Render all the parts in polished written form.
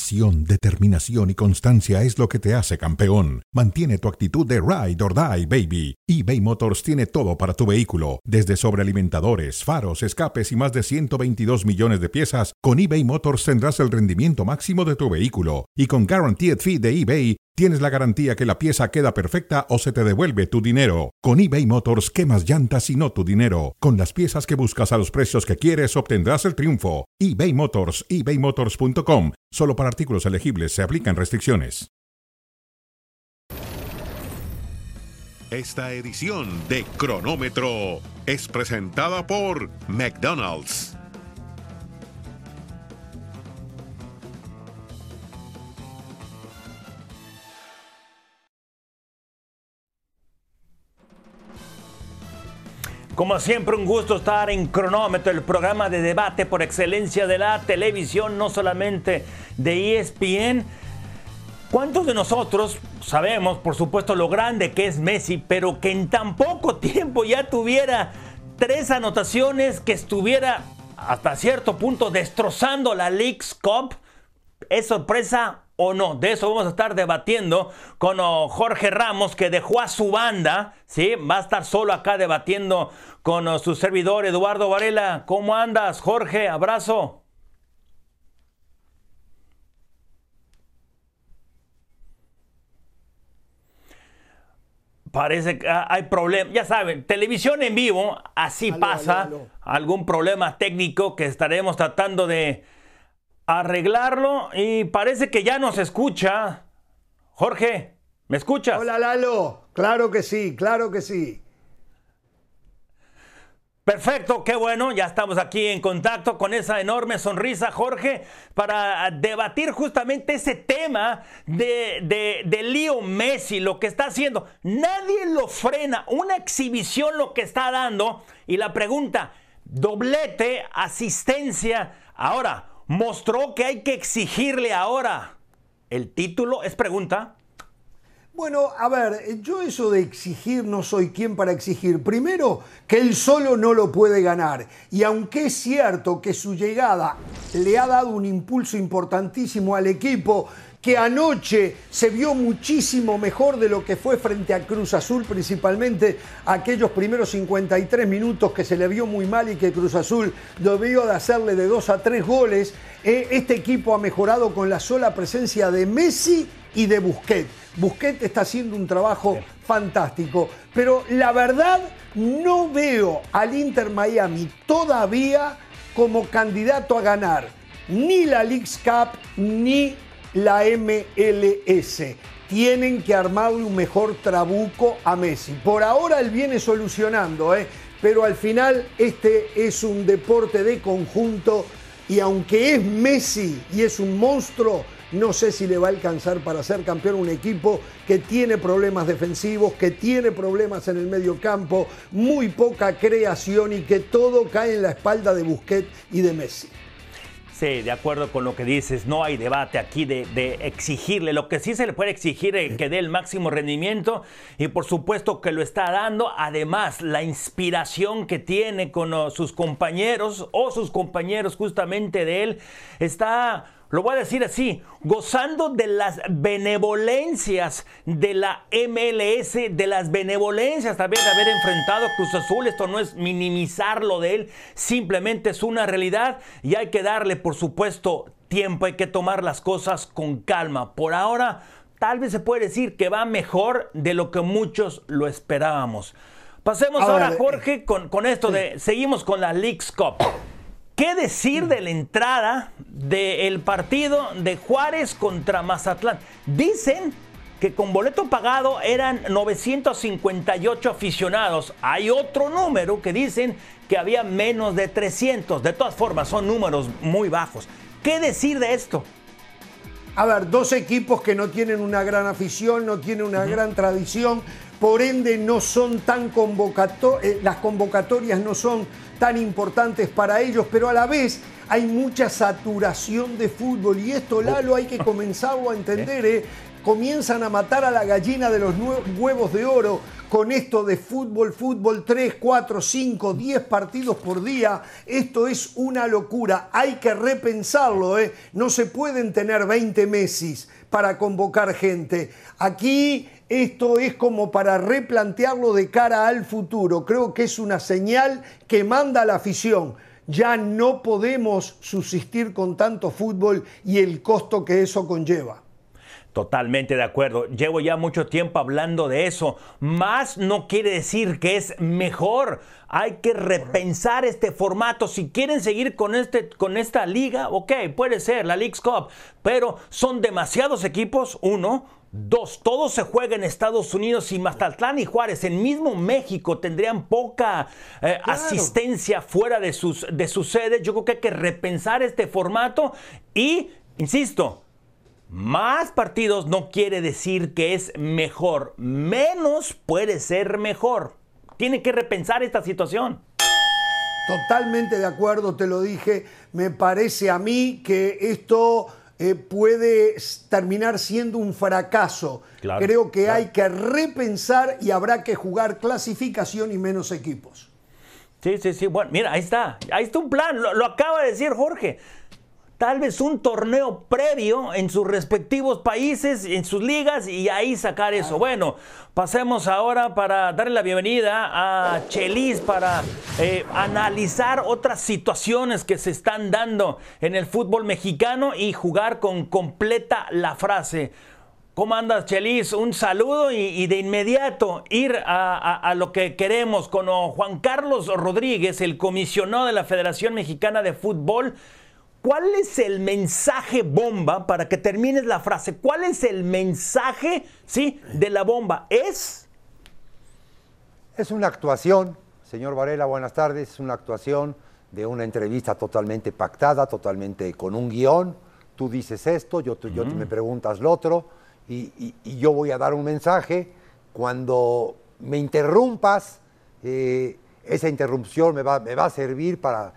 Pasión, determinación y constancia es lo que te hace campeón. Mantiene tu actitud de ride or die, baby. eBay Motors tiene todo para tu vehículo, desde sobrealimentadores, faros, escapes y más de 122 millones de piezas. Con eBay Motors tendrás el rendimiento máximo de tu vehículo. Y con Guaranteed Fee de eBay, tienes la garantía que la pieza queda perfecta o se te devuelve tu dinero. Con eBay Motors, quemas llantas y no tu dinero. Con las piezas que buscas a los precios que quieres, obtendrás el triunfo. eBay Motors, ebaymotors.com. Solo para artículos elegibles se aplican restricciones. Esta edición de Cronómetro es presentada por McDonald's. Como siempre, un gusto estar en Cronómetro, el programa de debate por excelencia de la televisión, no solamente de ESPN. ¿Cuántos de nosotros sabemos, por supuesto, lo grande que es Messi, pero que en tan poco tiempo ya tuviera 3 anotaciones, que estuviera hasta cierto punto destrozando la Leagues Cup? ¿Es sorpresa o no? De eso vamos a estar debatiendo con Jorge Ramos, que dejó a su banda, ¿sí? Va a estar solo acá debatiendo con su servidor Eduardo Varela. ¿Cómo andas, Jorge? Abrazo. Parece que hay problemas. Ya saben, televisión en vivo, así pasa. Algún problema técnico que estaremos tratando de arreglarlo, y parece que ya nos escucha. Jorge, ¿me escuchas? Hola, Lalo. Claro que sí, claro que sí. Perfecto, qué bueno, ya estamos aquí en contacto con esa enorme sonrisa, Jorge, para debatir justamente ese tema de Leo Messi, lo que está haciendo. Nadie lo frena, una exhibición lo que está dando, y la pregunta, doblete, asistencia, ahora, mostró que hay que exigirle ahora el título, es pregunta. Bueno, a ver, yo eso de exigir no soy quien para exigir. Primero, que él solo no lo puede ganar. Y aunque es cierto que su llegada le ha dado un impulso importantísimo al equipo, que anoche se vio muchísimo mejor de lo que fue frente a Cruz Azul, principalmente aquellos primeros 53 minutos que se le vio muy mal y que Cruz Azul debió de hacerle de 2 a 3 goles. Este equipo ha mejorado con la sola presencia de Messi y de Busquets. Busquets está haciendo un trabajo fantástico, pero la verdad no veo al Inter Miami todavía como candidato a ganar ni la Leagues Cup ni la MLS. Tienen que armarle un mejor trabuco a Messi. Por ahora él viene solucionando, pero al final este es un deporte de conjunto, y aunque es Messi y es un monstruo, no sé si le va a alcanzar para ser campeón un equipo que tiene problemas defensivos, que tiene problemas en el medio campo, muy poca creación, y que todo cae en la espalda de Busquets y de Messi. Sí, de acuerdo con lo que dices, no hay debate aquí de exigirle. Lo que sí se le puede exigir es que dé el máximo rendimiento, y por supuesto que lo está dando. Además, la inspiración que tiene con sus compañeros, o sus compañeros justamente de él, está, lo voy a decir así, gozando de las benevolencias de la MLS, de las benevolencias también de haber enfrentado a Cruz Azul. Esto no es minimizar lo de él, simplemente es una realidad, y hay que darle, por supuesto, tiempo, hay que tomar las cosas con calma. Por ahora, tal vez se puede decir que va mejor de lo que muchos lo esperábamos. Pasemos ahora, Jorge, con esto de, seguimos con la Leagues Cup. ¿Qué decir de la entrada del partido de Juárez contra Mazatlán? Dicen que con boleto pagado eran 958 aficionados. Hay otro número que dicen que había menos de 300. De todas formas, son números muy bajos. ¿Qué decir de esto? A ver, 2 equipos que no tienen una gran afición, no tienen una gran tradición, por ende no son tan las convocatorias no son tan importantes para ellos, pero a la vez hay mucha saturación de fútbol, y esto, Lalo, hay que comenzarlo a entender, Comienzan a matar a la gallina de los huevos de oro con esto de fútbol, 3, 4, 5, 10 partidos por día. Esto es una locura. Hay que repensarlo, ¿eh? No se pueden tener 20 Messis para convocar gente. Aquí esto es como para replantearlo de cara al futuro. Creo que es una señal que manda a la afición. Ya no podemos subsistir con tanto fútbol y el costo que eso conlleva. Totalmente de acuerdo. Llevo ya mucho tiempo hablando de eso. Más no quiere decir que es mejor. Hay que repensar este formato. Si quieren seguir con esta liga, ok, puede ser la Leagues Cup, pero son demasiados equipos, uno. Dos, todo se juega en Estados Unidos y Mazatlán y Juárez, en mismo México, tendrían poca asistencia fuera de sus sedes. Yo creo que hay que repensar este formato y, insisto, más partidos no quiere decir que es mejor. Menos puede ser mejor. Tiene que repensar esta situación. Totalmente de acuerdo, te lo dije. Me parece a mí que esto puede terminar siendo un fracaso. Claro, creo que claro. hay que repensar y habrá que jugar clasificación y menos equipos. Sí. Bueno, mira, ahí está un plan. Lo acaba de decir Jorge. Tal vez un torneo previo en sus respectivos países, en sus ligas, y ahí sacar eso. Bueno, pasemos ahora para darle la bienvenida a Chelis para analizar otras situaciones que se están dando en el fútbol mexicano y jugar con completa la frase. ¿Cómo andas, Chelis? Un saludo y de inmediato ir a lo que queremos con Juan Carlos Rodríguez, el comisionado de la Federación Mexicana de Fútbol. ¿Cuál es el mensaje bomba, para que termines la frase? ¿Cuál es el mensaje, sí, de la bomba? Es una actuación, señor Varela, buenas tardes, es una actuación de una entrevista totalmente pactada, totalmente con un guión. Tú dices esto, yo me preguntas lo otro, y yo voy a dar un mensaje. Cuando me interrumpas, esa interrupción me va a servir para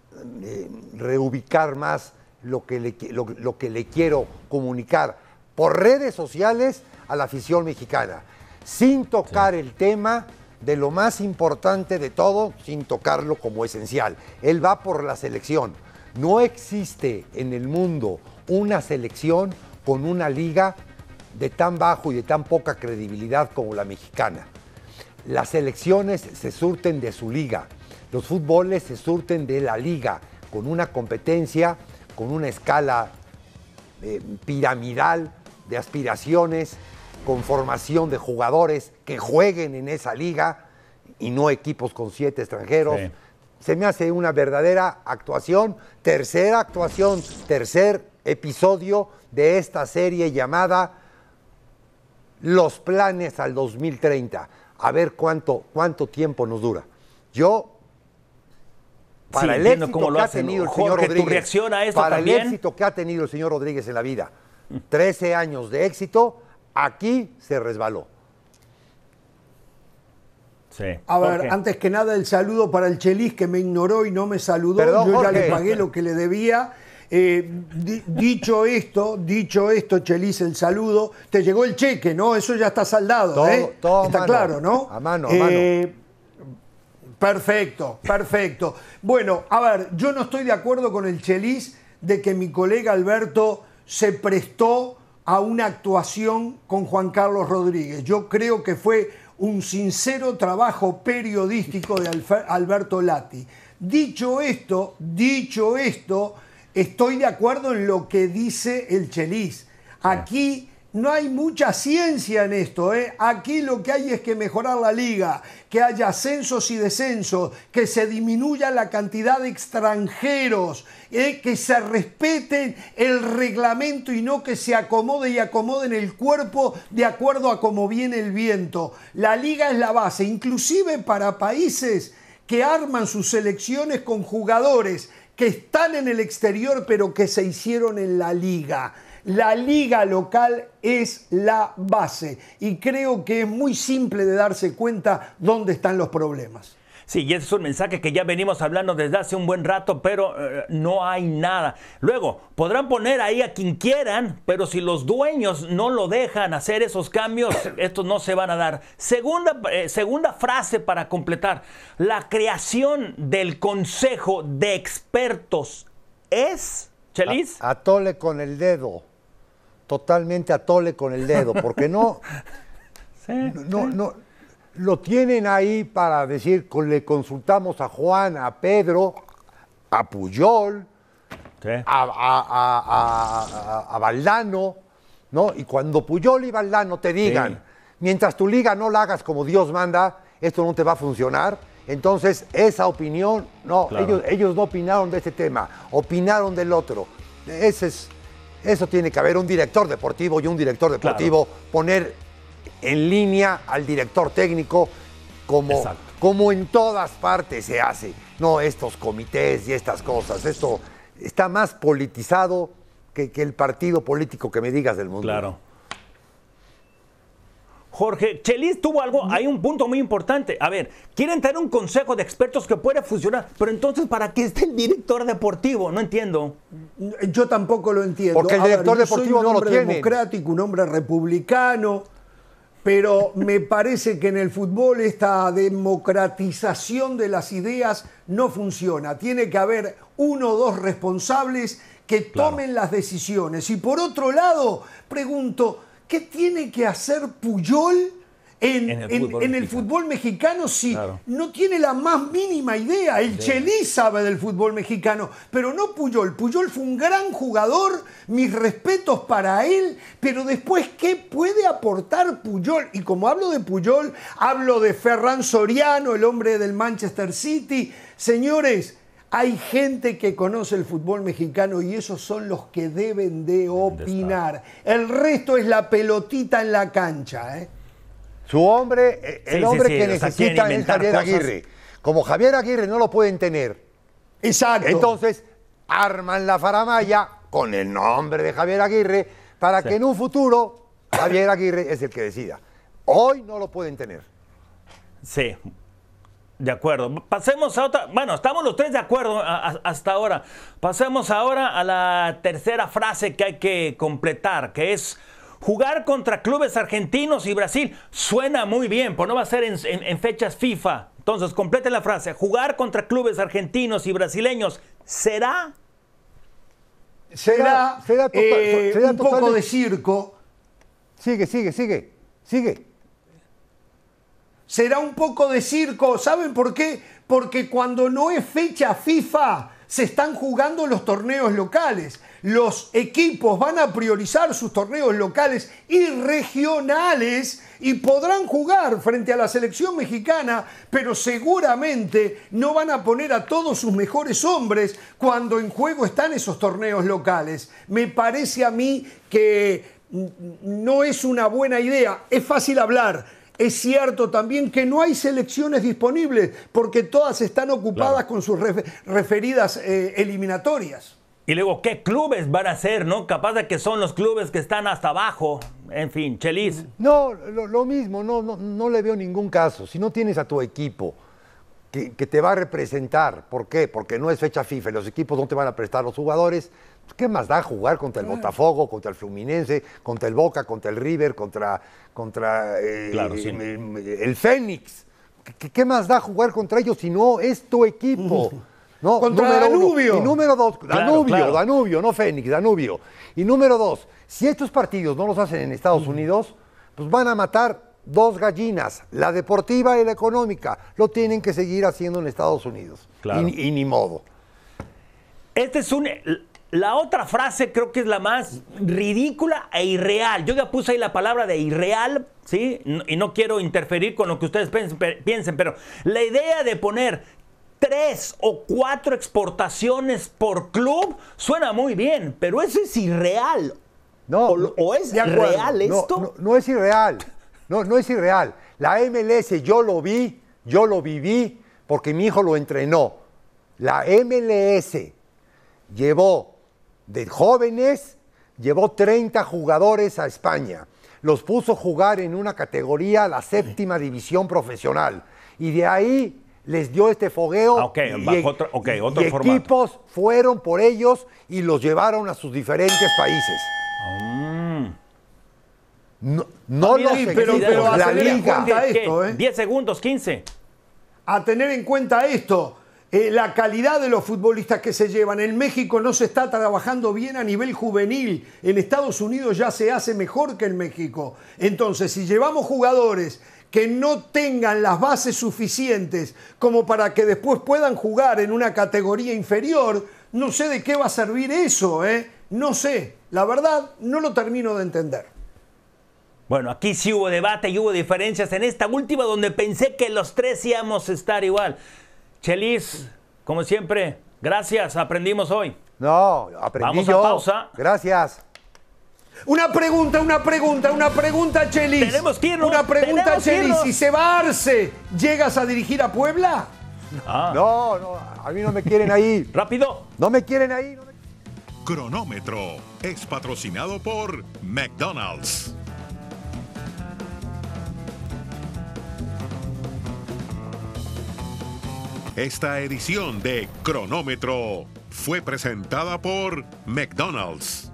reubicar más lo que le quiero comunicar por redes sociales a la afición mexicana, sin tocar el tema de lo más importante de todo, sin tocarlo como esencial. Él va por la selección. No existe en el mundo una selección con una liga de tan bajo y de tan poca credibilidad como la mexicana. Las selecciones se surten de su liga. Los fútboles se surten de la liga, con una competencia, con una escala piramidal de aspiraciones, con formación de jugadores que jueguen en esa liga y no equipos con 7 extranjeros. Sí. Se me hace una verdadera actuación, tercer episodio de esta serie llamada Los Planes al 2030. A ver cuánto tiempo nos dura. Para el éxito que ha tenido el señor Rodríguez, tu reacción a esto para también. El éxito que ha tenido el señor Rodríguez en la vida, 13 años de éxito, aquí se resbaló. Sí. A ver, antes que nada el saludo para el Chelis, que me ignoró y no me saludó. Perdón, yo ya Jorge. le pagué lo que le debía. Dicho esto, Chelis, el saludo. Te llegó el cheque, ¿no? Eso ya está saldado, todo está mano, claro, ¿no? A mano. Perfecto. Bueno, a ver, yo no estoy de acuerdo con el Chelis de que mi colega Alberto se prestó a una actuación con Juan Carlos Rodríguez. Yo creo que fue un sincero trabajo periodístico de Alberto Lati. Dicho esto, estoy de acuerdo en lo que dice el Chelis. Aquí no hay mucha ciencia en esto, ¿eh? Aquí lo que hay es que mejorar la liga, que haya ascensos y descensos, que se disminuya la cantidad de extranjeros, que se respete el reglamento y no que se acomoden el cuerpo de acuerdo a cómo viene el viento. La liga es la base, inclusive para países que arman sus selecciones con jugadores que están en el exterior pero que se hicieron en la liga. La liga local es la base y creo que es muy simple de darse cuenta dónde están los problemas. Sí, y ese es un mensaje que ya venimos hablando desde hace un buen rato, pero no hay nada. Luego, podrán poner ahí a quien quieran, pero si los dueños no lo dejan hacer esos cambios, estos no se van a dar. Segunda frase para completar. La creación del Consejo de Expertos es, Chelis. Atole con el dedo. Totalmente atole con el dedo, porque no... No, lo tienen ahí para decir, le consultamos a Juan, a Pedro, a Puyol, Sí. a Valdano, ¿no? Y cuando Puyol y Valdano te digan, Sí. mientras tu liga no la hagas como Dios manda, esto no te va a funcionar. Entonces, esa opinión, no, Claro. ellos no opinaron de este tema, opinaron del otro. Eso tiene que haber un director deportivo y un director deportivo poner en línea al director técnico como en todas partes se hace. No estos comités y estas cosas. Esto está más politizado que el partido político que me digas del mundo. Claro. Jorge, Chelis tuvo algo, hay un punto muy importante. A ver, quieren tener un consejo de expertos que puede funcionar, pero entonces, ¿para qué está el director deportivo? No entiendo. Yo tampoco lo entiendo. Porque el A ver, director yo soy deportivo un no lo hombre tiene. democrático, un hombre republicano, pero me parece que en el fútbol esta democratización de las ideas no funciona. Tiene que haber uno o dos responsables que tomen las decisiones. Y por otro lado, pregunto, ¿qué tiene que hacer Puyol en el fútbol mexicano si no tiene la más mínima idea? El Chelis sabe del fútbol mexicano, pero no Puyol. Puyol fue un gran jugador, mis respetos para él, pero después, ¿qué puede aportar Puyol? Y como hablo de Puyol, hablo de Ferran Soriano, el hombre del Manchester City. Señores, hay gente que conoce el fútbol mexicano y esos son los que deben de opinar. El resto es la pelotita en la cancha, ¿eh? Su hombre, el hombre que necesita es Javier cosas. Aguirre. Como Javier Aguirre no lo pueden tener. Exacto. Entonces, arman la faramalla con el nombre de Javier Aguirre para que en un futuro Javier Aguirre es el que decida. Hoy no lo pueden tener. Sí. De acuerdo. Pasemos a otra. Bueno, estamos los tres de acuerdo hasta ahora. Pasemos ahora a la tercera frase que hay que completar, que es jugar contra clubes argentinos y Brasil. Suena muy bien, pero no va a ser en fechas FIFA. Entonces, complete la frase. Jugar contra clubes argentinos y brasileños. ¿Será? Será un poco de circo. Sigue. Será un poco de circo. ¿Saben por qué? Porque cuando no es fecha FIFA, se están jugando los torneos locales. Los equipos van a priorizar sus torneos locales y regionales y podrán jugar frente a la selección mexicana, pero seguramente no van a poner a todos sus mejores hombres cuando en juego están esos torneos locales. Me parece a mí que no es una buena idea. Es fácil hablar. Es cierto también que no hay selecciones disponibles porque todas están ocupadas con sus referidas eliminatorias. Y luego, ¿qué clubes van a ser, no? Capaz de que son los clubes que están hasta abajo. En fin, Chelis. No, lo mismo, no le veo ningún caso. Si no tienes a tu equipo que te va a representar, ¿por qué? Porque no es fecha FIFA y los equipos no te van a prestar los jugadores. ¿Qué más da jugar contra el Botafogo, contra el Fluminense, contra el Boca, contra el River, contra el Fénix? ¿Qué más da jugar contra ellos si no es tu equipo? No, contra Danubio. Y número dos, Danubio, no Fénix, Danubio. Y número dos, si estos partidos no los hacen en Estados Unidos, pues van a matar dos gallinas, la deportiva y la económica. Lo tienen que seguir haciendo en Estados Unidos. Claro. Y ni modo. La otra frase creo que es la más ridícula e irreal. Yo ya puse ahí la palabra de irreal, ¿sí? Y no quiero interferir con lo que ustedes piensen, pero la idea de poner 3 o 4 exportaciones por club suena muy bien, pero eso es irreal. No, ¿O es real esto? No es irreal. No es irreal. La MLS yo lo viví porque mi hijo lo entrenó. La MLS llevó de jóvenes, llevó 30 jugadores a España. Los puso a jugar en una categoría, la 7ª división profesional. Y de ahí les dio este fogueo. Ok, bajo otro y formato. equipos fueron por ellos y los llevaron a sus diferentes países. No los sí, pero a la tener en liga. cuenta esto, 10 segundos, 15. A tener en cuenta esto, la calidad de los futbolistas que se llevan. En México no se está trabajando bien a nivel juvenil. En Estados Unidos ya se hace mejor que en México. Entonces, si llevamos jugadores que no tengan las bases suficientes como para que después puedan jugar en una categoría inferior, no sé de qué va a servir eso, ¿eh? No sé. La verdad, no lo termino de entender. Bueno, aquí sí hubo debate y hubo diferencias en esta última donde pensé que los tres íbamos a estar igual. Chelis, como siempre, gracias, aprendimos hoy. No, aprendí Vamos yo. a pausa. Gracias. Una pregunta, Chelis. Tenemos que irnos, Una pregunta, tenemos que Chelis. irnos. Si se va Arce, ¿llegas a dirigir a Puebla? No, a mí no me quieren ahí. Rápido. No me quieren ahí. Cronómetro es patrocinado por McDonald's. Esta edición de Cronómetro fue presentada por McDonald's.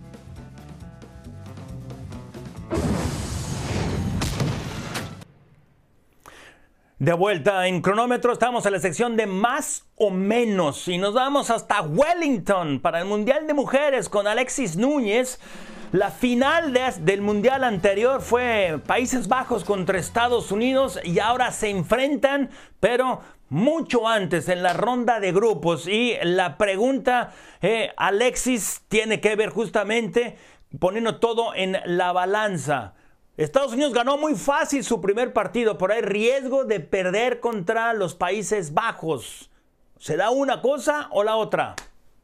De vuelta en Cronómetro, estamos en la sección de más o menos y nos vamos hasta Wellington para el Mundial de Mujeres con Alexis Núñez. La final del Mundial anterior fue Países Bajos contra Estados Unidos y ahora se enfrentan, pero mucho antes en la ronda de grupos. Y la pregunta, Alexis, tiene que ver justamente poniendo todo en la balanza. Estados Unidos ganó muy fácil su primer partido, pero hay riesgo de perder contra los Países Bajos. ¿Se da una cosa o la otra?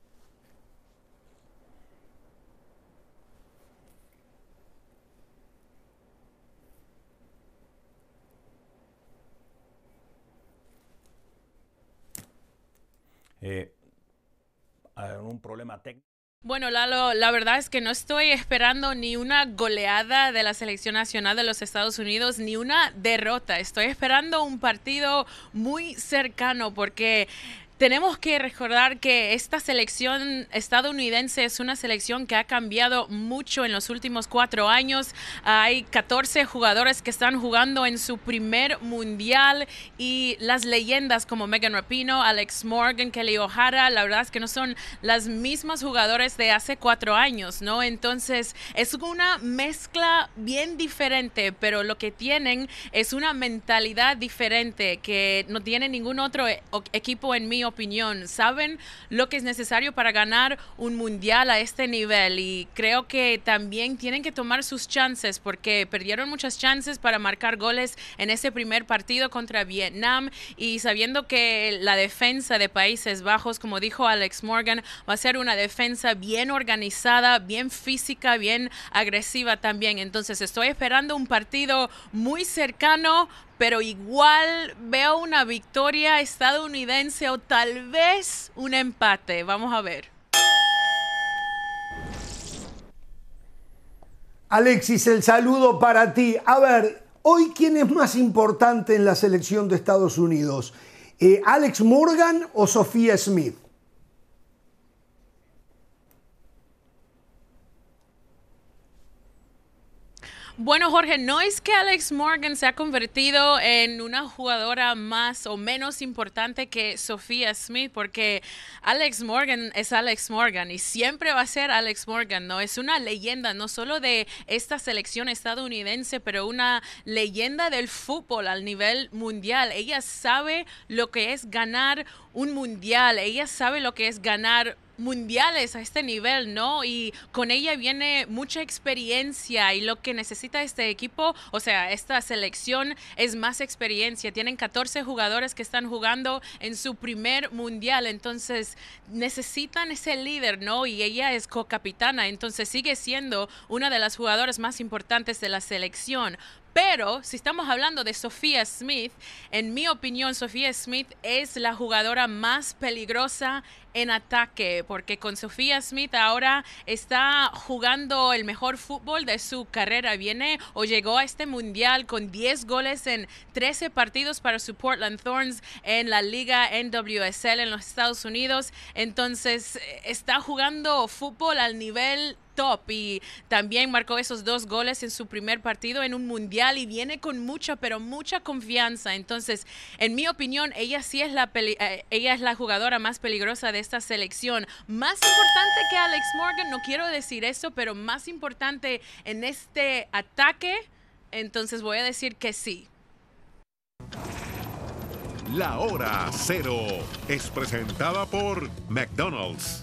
¿Algún problema técnico? Bueno, Lalo, la verdad es que no estoy esperando ni una goleada de la selección nacional de los Estados Unidos, ni una derrota. Estoy esperando un partido muy cercano porque tenemos que recordar que esta selección estadounidense es una selección que ha cambiado mucho en los últimos 4 años. Hay 14 jugadores que están jugando en su primer mundial y las leyendas como Megan Rapinoe, Alex Morgan, Kelly O'Hara, la verdad es que no son las mismas jugadores de hace 4 años, ¿no? Entonces es una mezcla bien diferente, pero lo que tienen es una mentalidad diferente que no tiene ningún otro equipo en mi opinión. Saben lo que es necesario para ganar un mundial a este nivel y creo que también tienen que tomar sus chances porque perdieron muchas chances para marcar goles en ese primer partido contra Vietnam y sabiendo que la defensa de Países Bajos, como dijo Alex Morgan, va a ser una defensa bien organizada, bien física, bien agresiva también. Entonces estoy esperando un partido muy cercano, pero igual veo una victoria estadounidense o tal vez un empate. Vamos a ver. Alexis, el saludo para ti. A ver, hoy, ¿quién es más importante en la selección de Estados Unidos? ¿Alex Morgan o Sophia Smith? Bueno, Jorge, no es que Alex Morgan se ha convertido en una jugadora más o menos importante que Sophia Smith, porque Alex Morgan es Alex Morgan y siempre va a ser Alex Morgan, ¿no? Es una leyenda, no solo de esta selección estadounidense, pero una leyenda del fútbol al nivel mundial. Ella sabe lo que es ganar un mundial, ella sabe lo que es ganar mundiales a este nivel, ¿no? Y con ella viene mucha experiencia y lo que necesita este equipo, o sea, esta selección es más experiencia. Tienen 14 jugadores que están jugando en su primer mundial, entonces necesitan ese líder, ¿no? Y ella es co-capitana, entonces sigue siendo una de las jugadoras más importantes de la selección. Pero si estamos hablando de Sophia Smith, en mi opinión, Sophia Smith es la jugadora más peligrosa en ataque, porque con Sophia Smith ahora está jugando el mejor fútbol de su carrera. Viene o llegó a este mundial con 10 goles en 13 partidos para su Portland Thorns en la liga NWSL en los Estados Unidos. Entonces está jugando fútbol al nivel top y también marcó esos 2 goles en su primer partido en un mundial y viene con mucha, pero mucha confianza. Entonces, en mi opinión, ella sí es ella es la jugadora más peligrosa de esta selección. Más importante que Alex Morgan, no quiero decir eso, pero más importante en este ataque, entonces voy a decir que sí. La Hora Cero es presentada por McDonald's.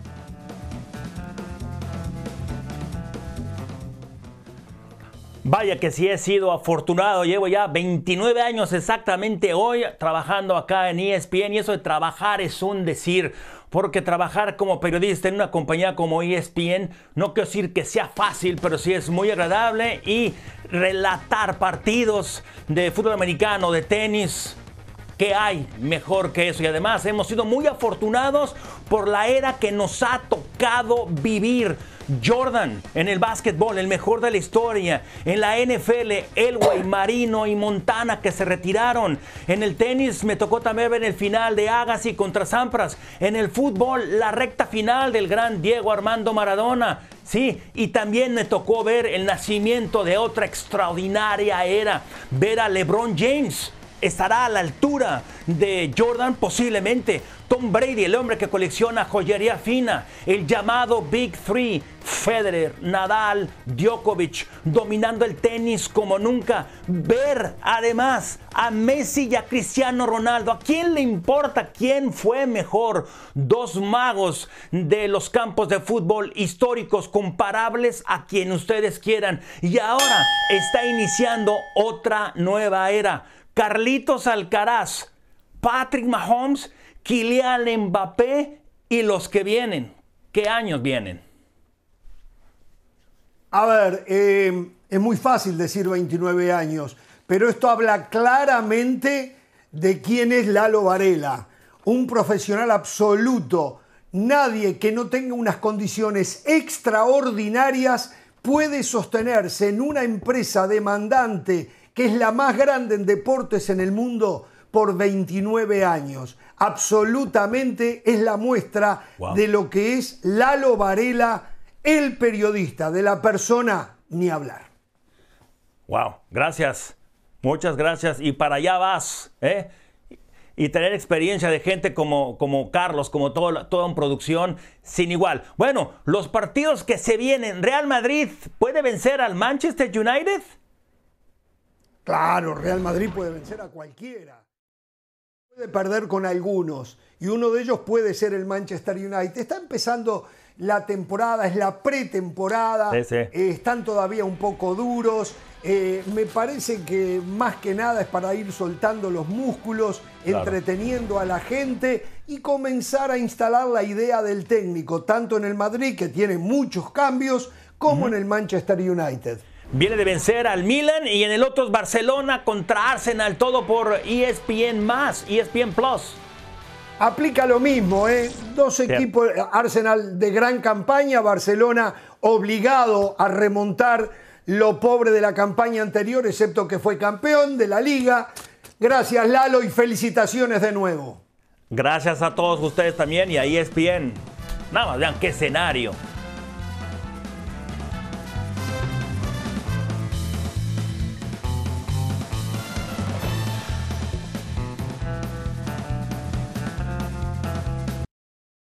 Vaya que sí he sido afortunado, llevo ya 29 años exactamente hoy trabajando acá en ESPN y eso de trabajar es un decir, porque trabajar como periodista en una compañía como ESPN no quiero decir que sea fácil, pero sí es muy agradable y relatar partidos de fútbol americano, de tenis. ¿Qué hay mejor que eso? Y además hemos sido muy afortunados por la era que nos ha tocado vivir. Jordan en el básquetbol, el mejor de la historia. En la NFL, Elway, Marino y Montana que se retiraron. En el tenis me tocó también ver el final de Agassi contra Sampras. En el fútbol, la recta final del gran Diego Armando Maradona. Sí, y también me tocó ver el nacimiento de otra extraordinaria era. Ver a LeBron James. ¿Estará a la altura de Jordan? Posiblemente. Tom Brady, el hombre que colecciona joyería fina. El llamado Big Three. Federer, Nadal, Djokovic, dominando el tenis como nunca. Ver además a Messi y a Cristiano Ronaldo. ¿A quién le importa quién fue mejor? Dos magos de los campos de fútbol históricos, comparables a quien ustedes quieran. Y ahora está iniciando otra nueva era. Carlitos Alcaraz, Patrick Mahomes, Kylian Mbappé y los que vienen. ¿Qué años vienen? A ver, es muy fácil decir 29 años, pero esto habla claramente de quién es Lalo Varela, un profesional absoluto. Nadie que no tenga unas condiciones extraordinarias puede sostenerse en una empresa demandante que es la más grande en deportes en el mundo por 29 años. Absolutamente es la muestra de lo que es Lalo Varela, el periodista, de la persona, ni hablar. Wow, gracias, muchas gracias. Y para allá vas, ¿eh? Y tener experiencia de gente como Carlos, como toda una producción sin igual. Bueno, los partidos que se vienen. ¿Real Madrid puede vencer al Manchester United? Claro, Real Madrid puede vencer a cualquiera. Puede perder con algunos. Y uno de ellos puede ser el Manchester United. Está empezando la temporada, es la pretemporada. Sí. Están todavía un poco duros. Me parece que más que nada es para ir soltando los músculos, claro, entreteniendo a la gente y comenzar a instalar la idea del técnico, tanto en el Madrid, que tiene muchos cambios, como en el Manchester United. Viene de vencer al Milan y en el otro es Barcelona contra Arsenal, todo por ESPN+, ESPN Plus. Aplica lo mismo, Dos equipos, Arsenal de gran campaña, Barcelona obligado a remontar lo pobre de la campaña anterior, excepto que fue campeón de la Liga. Gracias, Lalo, y felicitaciones de nuevo. Gracias a todos ustedes también y a ESPN. Nada más, vean qué escenario.